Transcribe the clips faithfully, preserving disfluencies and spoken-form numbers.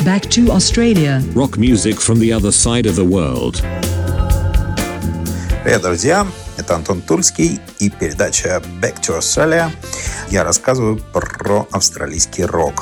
Back to Australia. Rock music from the other side of the world. Привет, друзья! Это Антон Тульский и передача Back to Australia. Я рассказываю про австралийский рок.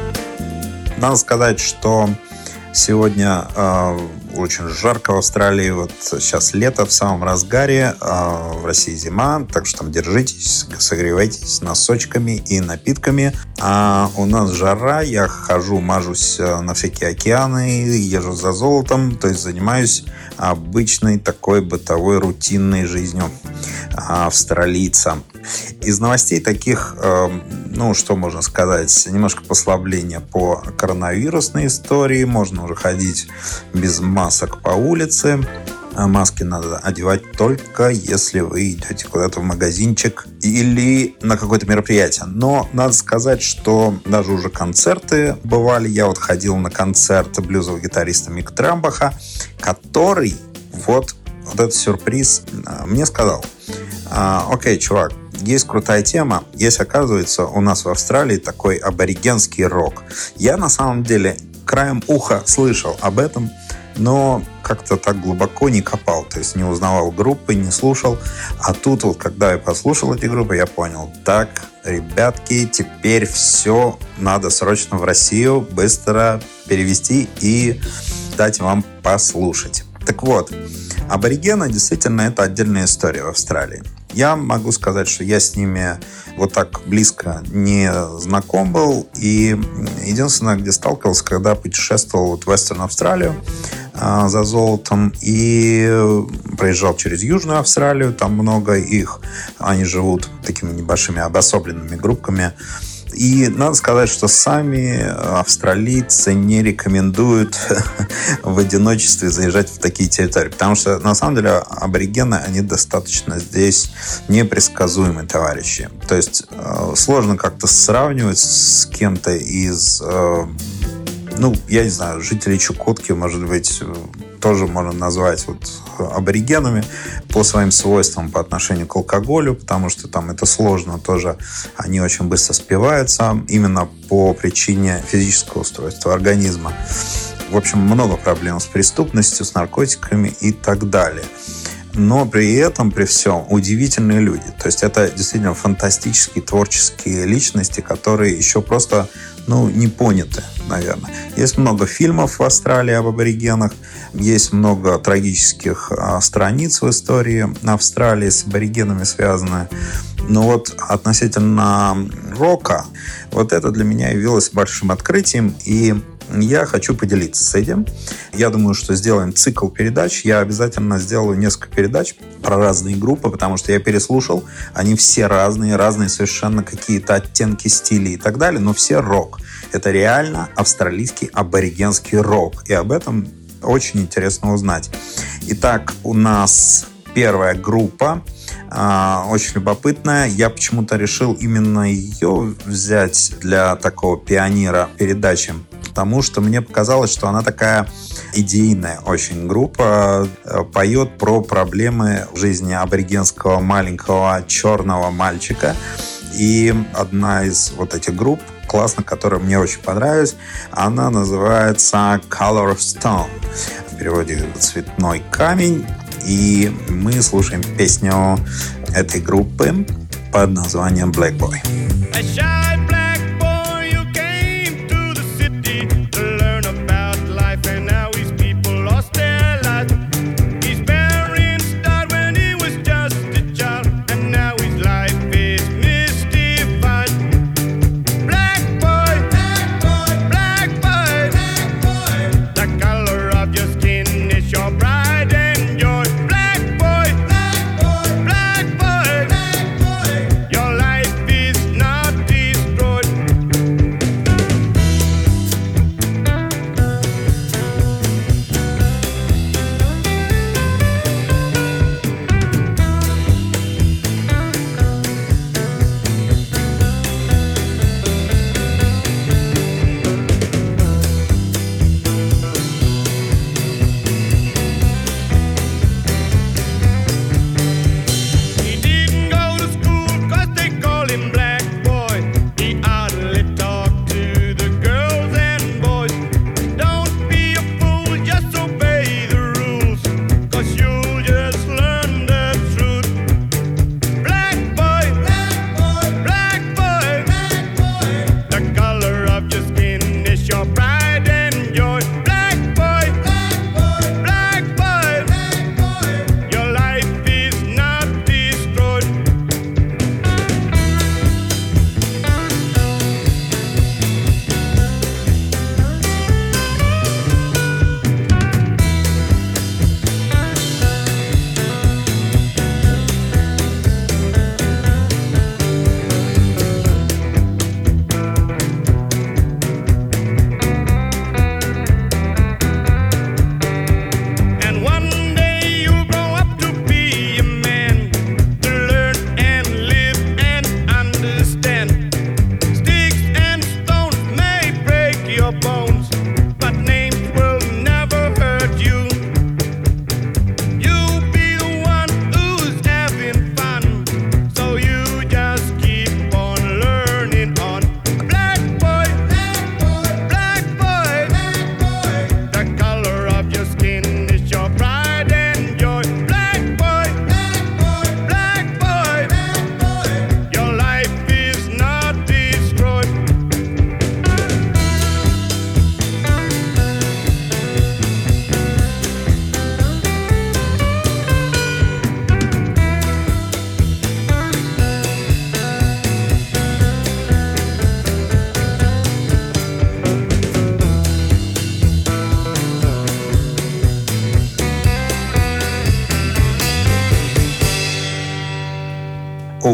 Надо сказать, что сегодня э, очень жарко в Австралии. Вот сейчас лето в самом разгаре, э, в России зима, так что там держитесь, согревайтесь носочками и напитками. А у нас жара, я хожу, мажусь на всякие океаны, езжу за золотом, то есть занимаюсь обычной такой бытовой рутинной жизнью австралийца. Из новостей таких, ну, что можно сказать, немножко послабления по коронавирусной истории. Можно уже ходить без масок по улице. Маски надо одевать только если вы идете куда-то в магазинчик или на какое-то мероприятие. Но надо сказать, что даже уже концерты бывали. Я вот ходил на концерт блюзового гитариста Мика Трамбаха, который вот, вот этот сюрприз мне сказал: окей, чувак, есть крутая тема. Есть, оказывается, у нас в Австралии такой аборигенский рок. Я на самом деле краем уха слышал об этом, но как-то так глубоко не копал. То есть не узнавал группы, не слушал. А тут вот, когда я послушал эти группы, я понял: так, ребятки, теперь все надо срочно в Россию быстро перевести и дать вам послушать. Так вот, аборигены действительно это отдельная история в Австралии. Я могу сказать, что я с ними вот так близко не знаком был. И единственное, где сталкивался, когда путешествовал вот в Western Австралию э, за золотом и проезжал через Южную Австралию. Там много их. Они живут такими небольшими обособленными группками. И надо сказать, что сами австралийцы не рекомендуют в одиночестве заезжать в такие территории. Потому что, на самом деле, аборигены, они достаточно здесь непредсказуемые товарищи. То есть сложно как-то сравнивать с кем-то из, ну, я не знаю, жителей Чукотки, может быть, тоже можно назвать вот аборигенами по своим свойствам по отношению к алкоголю, потому что там это сложно тоже. Они очень быстро спиваются именно по причине физического устройства организма. В общем, много проблем с преступностью, с наркотиками и так далее. Но при этом, при всем, удивительные люди. То есть это действительно фантастические творческие личности, которые еще просто, ну, не поняты, наверное. Есть много фильмов в Австралии об аборигенах, есть много трагических а, страниц в истории Австралии с аборигенами связанные. Но вот относительно рока, вот это для меня явилось большим открытием, и я хочу поделиться с этим. Я думаю, что сделаем цикл передач. Я обязательно сделаю несколько передач про разные группы, потому что я переслушал. Они все разные, разные совершенно какие-то оттенки стилей и так далее, но все рок. Это реально австралийский аборигенский рок. И об этом очень интересно узнать. Итак, у нас первая группа. Очень любопытная. Я почему-то решил именно ее взять для такого пионера передачи, потому что мне показалось, что она такая идейная очень группа, поет про проблемы в жизни аборигенского маленького черного мальчика. И одна из вот этих групп, классно, которая мне очень понравилась, она называется Color of Stone. В переводе «Цветной камень». И мы слушаем песню этой группы под названием Black Boy. Your life is not destroyed.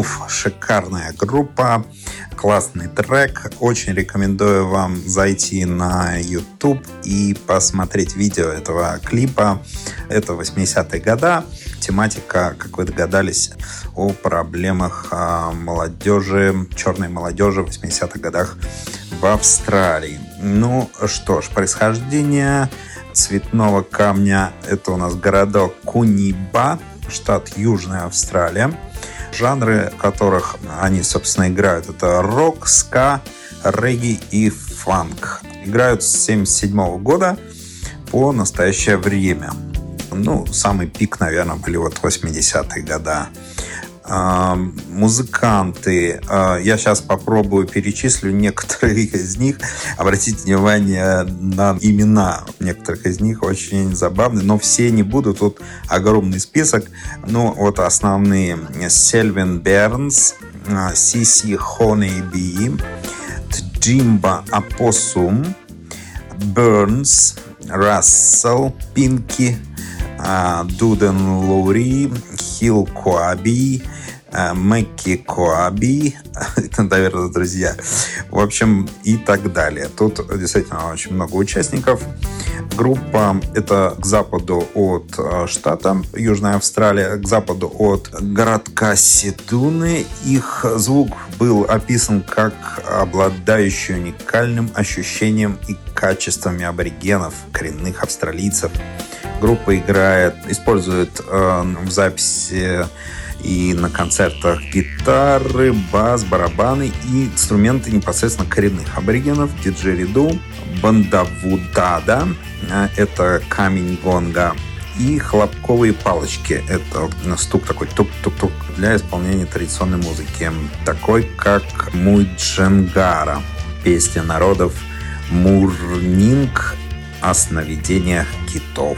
Move. Шикарная группа, классный трек. Очень рекомендую вам зайти на YouTube и посмотреть видео этого клипа. Это восьмидесятые годы. Тематика, как вы догадались, о проблемах молодежи, черной молодежи в восьмидесятых годах в Австралии. Ну что ж, происхождение цветного камня — это у нас городок Куниба, штат Южная Австралия. Жанры, в которых они, собственно, играют, это рок, ска, регги и фанк. Играют с семьдесят седьмого года по настоящее время. Ну, самый пик, наверное, были вот восьмидесятые годы. Музыканты. Я сейчас попробую перечислю некоторые из них. Обратите внимание на имена. Некоторых из них очень забавные, но все не будут. Тут огромный список. Ну, вот основные. Сельвин Бернс, Сиси Хонейби, Джимба Апоссум, Бернс, Рассел, Пинки, Дуден Лури, Хилл Коаби, Мэкки Коаби, это, наверное, друзья. В общем, и так далее. Тут действительно очень много участников. Группа это к западу от штата Южная Австралия, к западу от городка Сидуны. Их звук был описан как обладающий уникальным ощущением и качествами аборигенов, коренных австралийцев. Группа играет, использует э, в записи и на концертах гитары, бас, барабаны и инструменты непосредственно коренных аборигенов, диджериду, бандавудада, э, это камень гонга, и хлопковые палочки, это стук такой тук-тук-тук для исполнения традиционной музыки, такой как Муйдженгара, песня народов Мурнинг о сновидениях китов.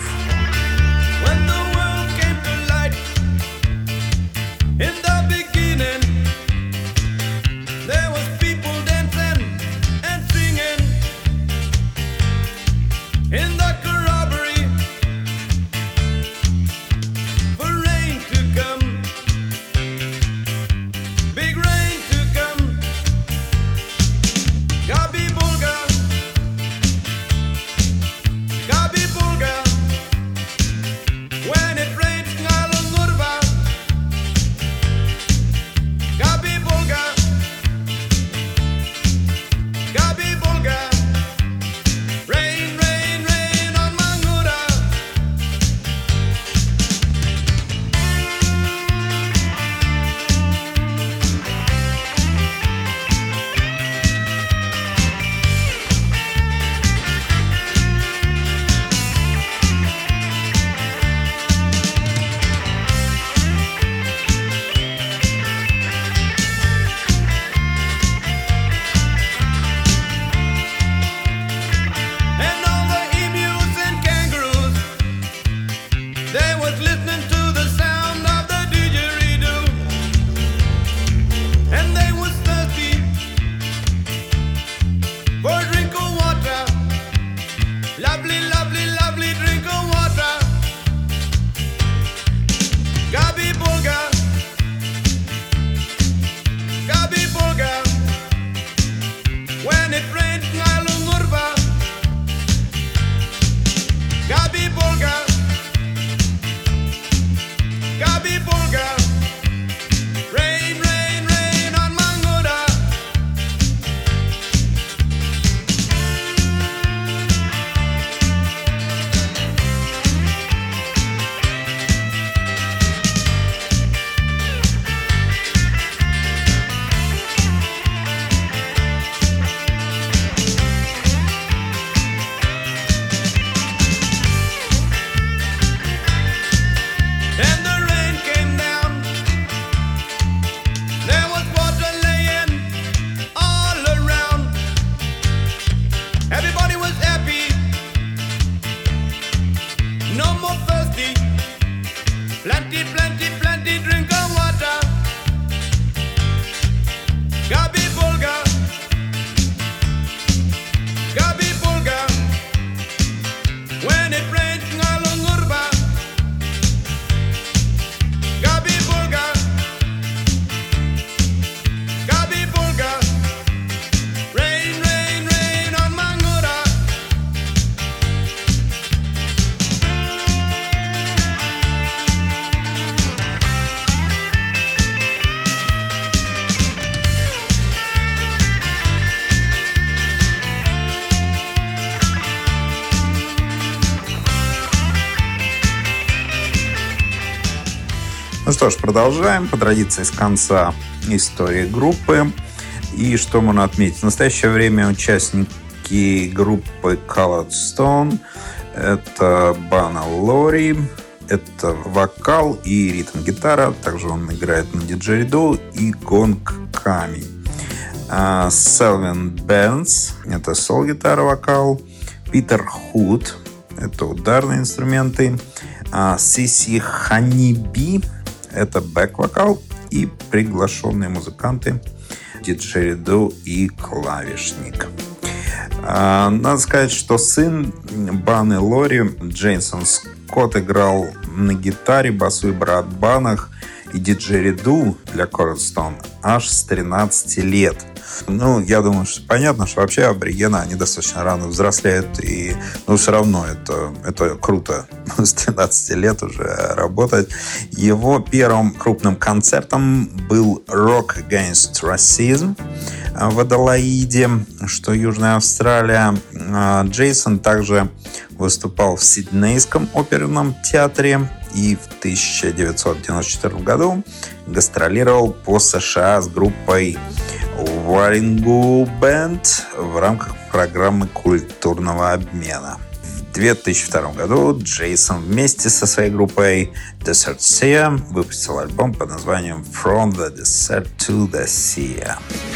Ну что ж, продолжаем. По традиции с конца истории группы. И что можно отметить? В настоящее время участники группы Colored Stone — это Бана Лори, это вокал и ритм-гитара. Также он играет на диджериду и гонг-камень. Селвин Бенс — это сол-гитара, вокал. Питер Худ — это ударные инструменты. Сиси Ханиби — это бэк-вокал. И приглашенные музыканты диджериду и клавишник. Надо сказать, что сын Баны Лори, Джейсон Скотт, играл на гитаре, басу и барабанах и диджериду для Colored Stone аж с тринадцати лет. Ну, я думаю, что понятно, что вообще аборигены, они достаточно рано взрослеют, и, ну, все равно это, это круто с тринадцати лет уже работать. Его первым крупным концертом был Rock Against Racism в Аделаиде, что Южная Австралия. Джейсон также выступал в Сиднейском оперном театре и в тысяча девятьсот девяносто четвёртом году гастролировал по США с группой Waringu Band в рамках программы культурного обмена. В две тысячи втором году Джейсон вместе со своей группой Desert Sea выпустил альбом под названием From the Desert to the Sea.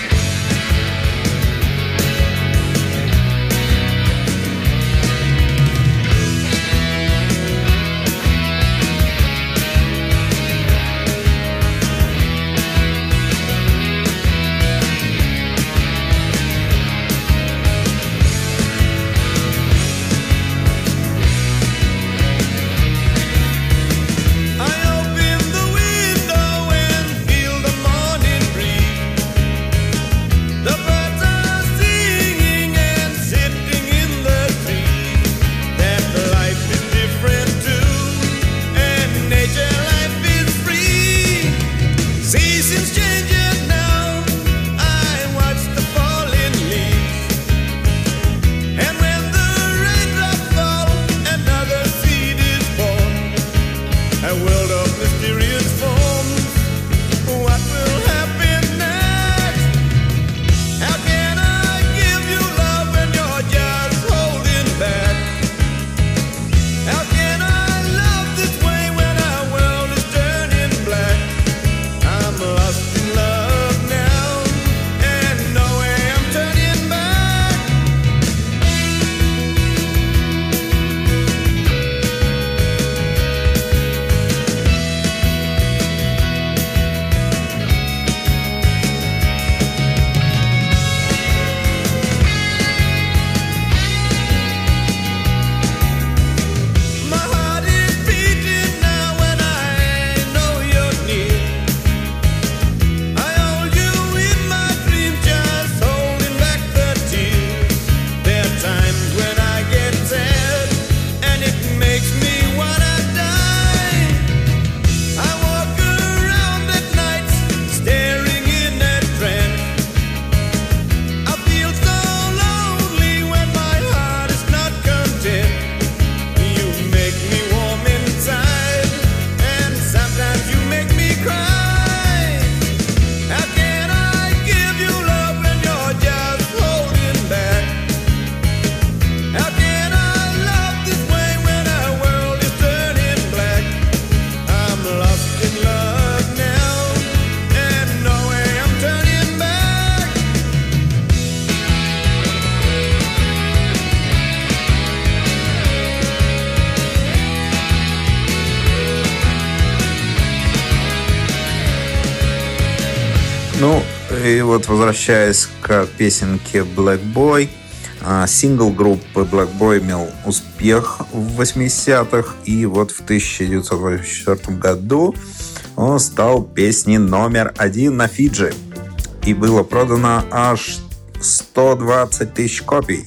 Ну, и вот возвращаясь к песенке Black Boy, сингл группы Black Boy имел успех в восьмидесятых, и вот в тысяча девятьсот восемьдесят четвёртом году он стал песней номер один на Фиджи, и было продано аж сто двадцать тысяч копий.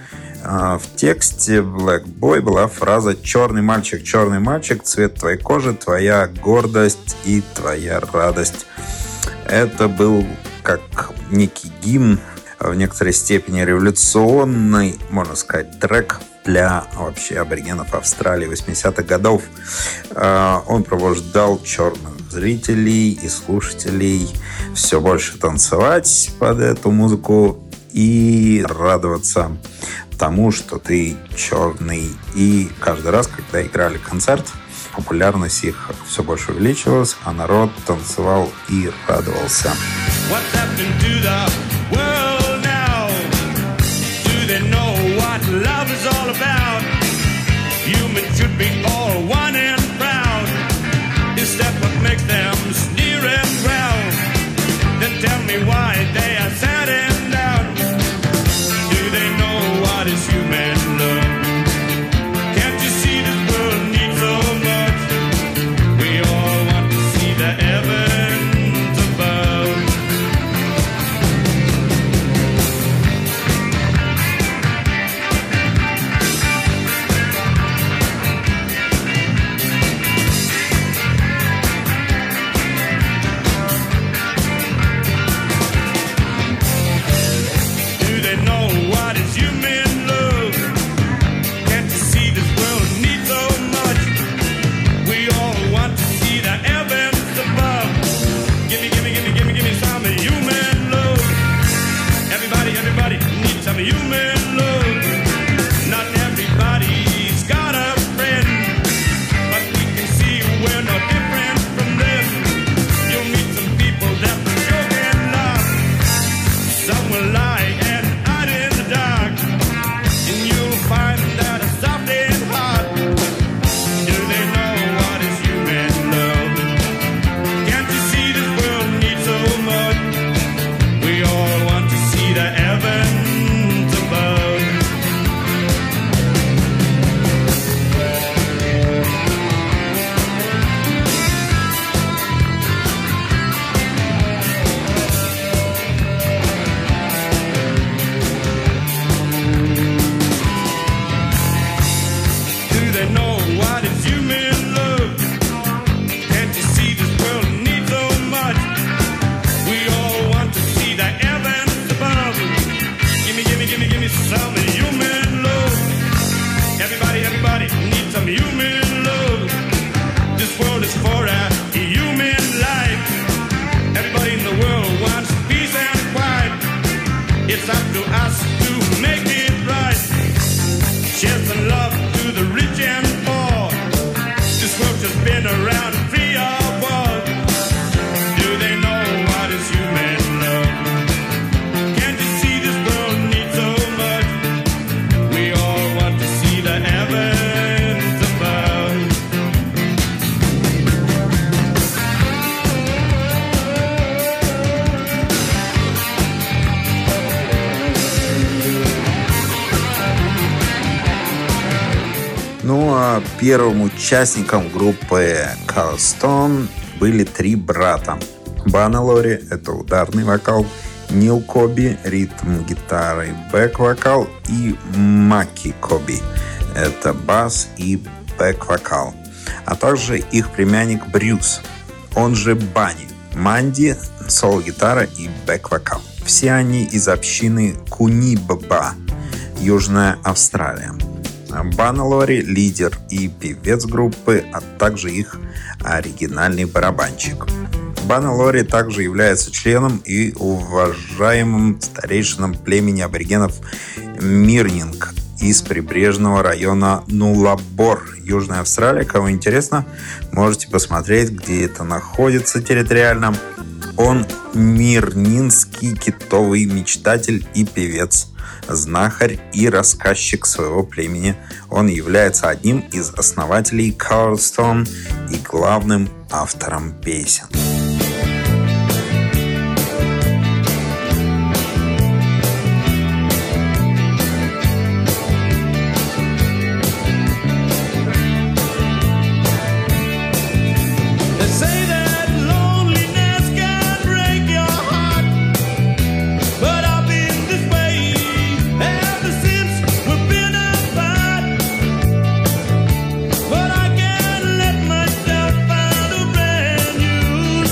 В тексте Black Boy была фраза «Черный мальчик, черный мальчик, цвет твоей кожи, твоя гордость и твоя радость». Это был как некий гимн, в некоторой степени революционный, можно сказать, трек для вообще аборигенов Австралии восьмидесятых годов. Он пробуждал черных зрителей и слушателей все больше танцевать под эту музыку и радоваться тому, что ты черный. И каждый раз, когда играли концерт, популярность их все больше увеличивалась, а народ танцевал и радовался. Ну а первым участником группы Color Stone были три брата. Бана Лори — это ударный вокал, Нил Коби — ритм, гитара и бэк-вокал, и Маки Коби — это бас и бэк-вокал. А также их племянник Брюс, он же Банни, Манди — соло-гитара и бэк-вокал. Все они из общины Кунибаба, Южная Австралия. Бана Лори — лидер и певец группы, а также их оригинальный барабанщик. Бана Лори также является членом и уважаемым старейшином племени аборигенов Мирнинг из прибрежного района Нулабор, Южная Австралия. Кому интересно, можете посмотреть, где это находится территориально. Он мирнинский китовый мечтатель и певец, знахарь и рассказчик своего племени. Он является одним из основателей Color Stone и главным автором песен. But I can't let myself find a brand new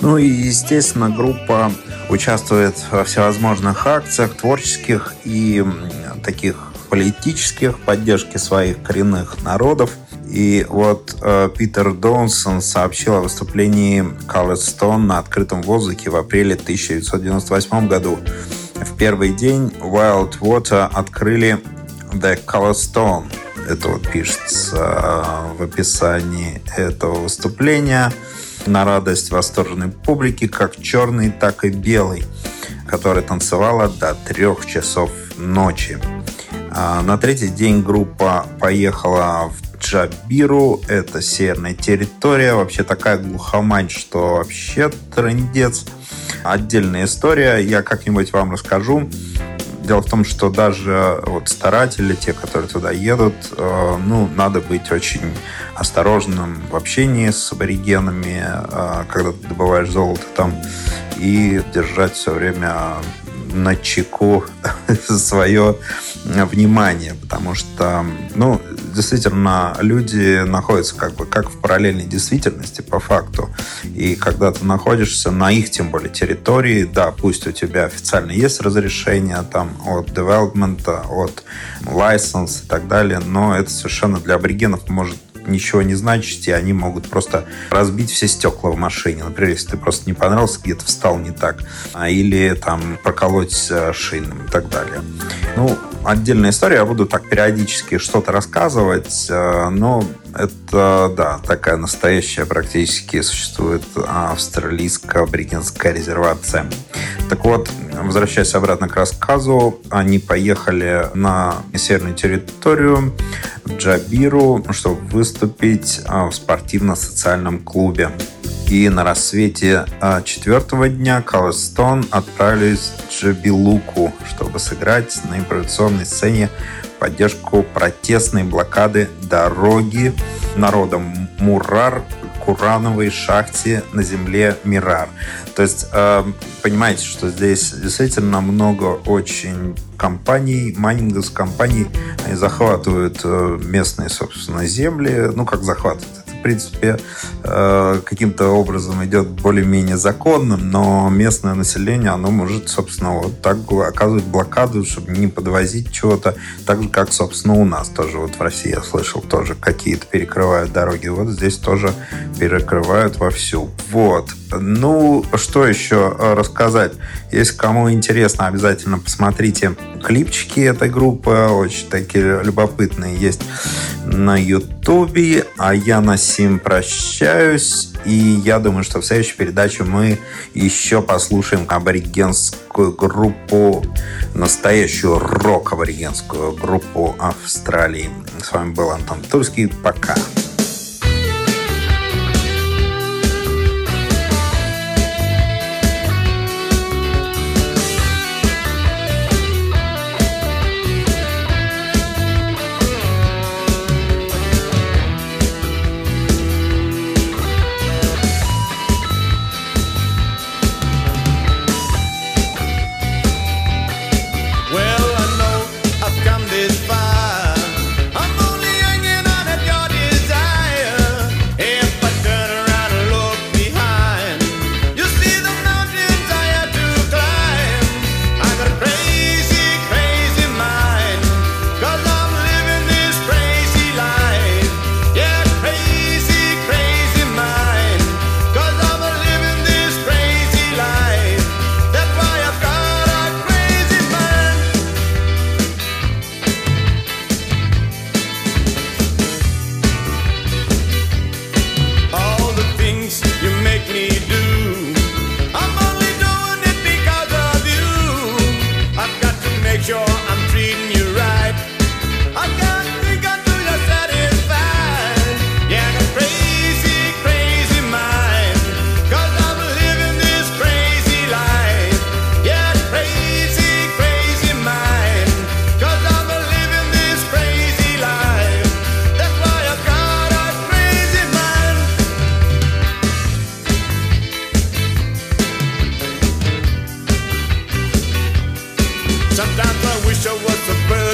Ну и, естественно, группа участвует во всевозможных акциях творческих и таких политических, поддержки своих коренных народов. И вот э, Питер Доунсон сообщил о выступлении Colored Stone на открытом воздухе в апреле тысяча девятьсот девяносто восьмом году. В первый день Wild Water открыли The Colored Stone. Это вот пишется э, в описании этого выступления. На радость восторженной публики, как черной, так и белой, которая танцевала до трех часов ночи. А на третий день группа поехала в Джабиру, это северная территория, вообще такая глухомань, что вообще трындец. Отдельная история, я как-нибудь вам расскажу. Дело в том, что даже вот старатели, те, которые туда едут, э, ну, надо быть очень осторожным в общении с аборигенами, э, когда ты добываешь золото там, и держать все время на чеку свое внимание, потому что, ну, действительно, люди находятся как бы как в параллельной действительности по факту, и когда ты находишься на их, тем более, территории, да, пусть у тебя официально есть разрешение там от development, от license и так далее, но это совершенно для аборигенов может ничего не значит, и они могут просто разбить все стекла в машине. Например, если ты просто не понравился, где-то встал не так, или там проколоть шину и так далее. Ну, отдельная история. Я буду так периодически что-то рассказывать, но это, да, такая настоящая практически существует австралийско-аборигенская резервация. Так вот, возвращаясь обратно к рассказу, они поехали на северную территорию, в Джабиру, чтобы выступить в спортивно-социальном клубе. И на рассвете четвертого дня Colored Stone отправились в Джабилуку, чтобы сыграть на импровизационной сцене в поддержку протестной блокады дороги народом Мурар к урановой шахте на земле Мирар. То есть, понимаете, что здесь действительно много очень компаний, майнинговых компаний, они захватывают местные, собственно, земли. Ну, как захватывают? Это, в принципе, каким-то образом идет более-менее законным, но местное население, оно может, собственно, вот так оказывать блокаду, чтобы не подвозить чего-то. Так же, как, собственно, у нас тоже. Вот в России, я слышал, тоже какие-то перекрывают дороги. Вот здесь тоже перекрывают вовсю. Вот. Ну, что еще рассказать? Если кому интересно, обязательно посмотрите клипчики этой группы. Очень такие любопытные есть на Ютубе. А я на сим прощаюсь. И я думаю, что в следующей передаче мы еще послушаем аборигенскую группу, настоящую рок-аборигенскую группу Австралии. С вами был Антон Тульский. Пока. Sometimes I wish I was a bird.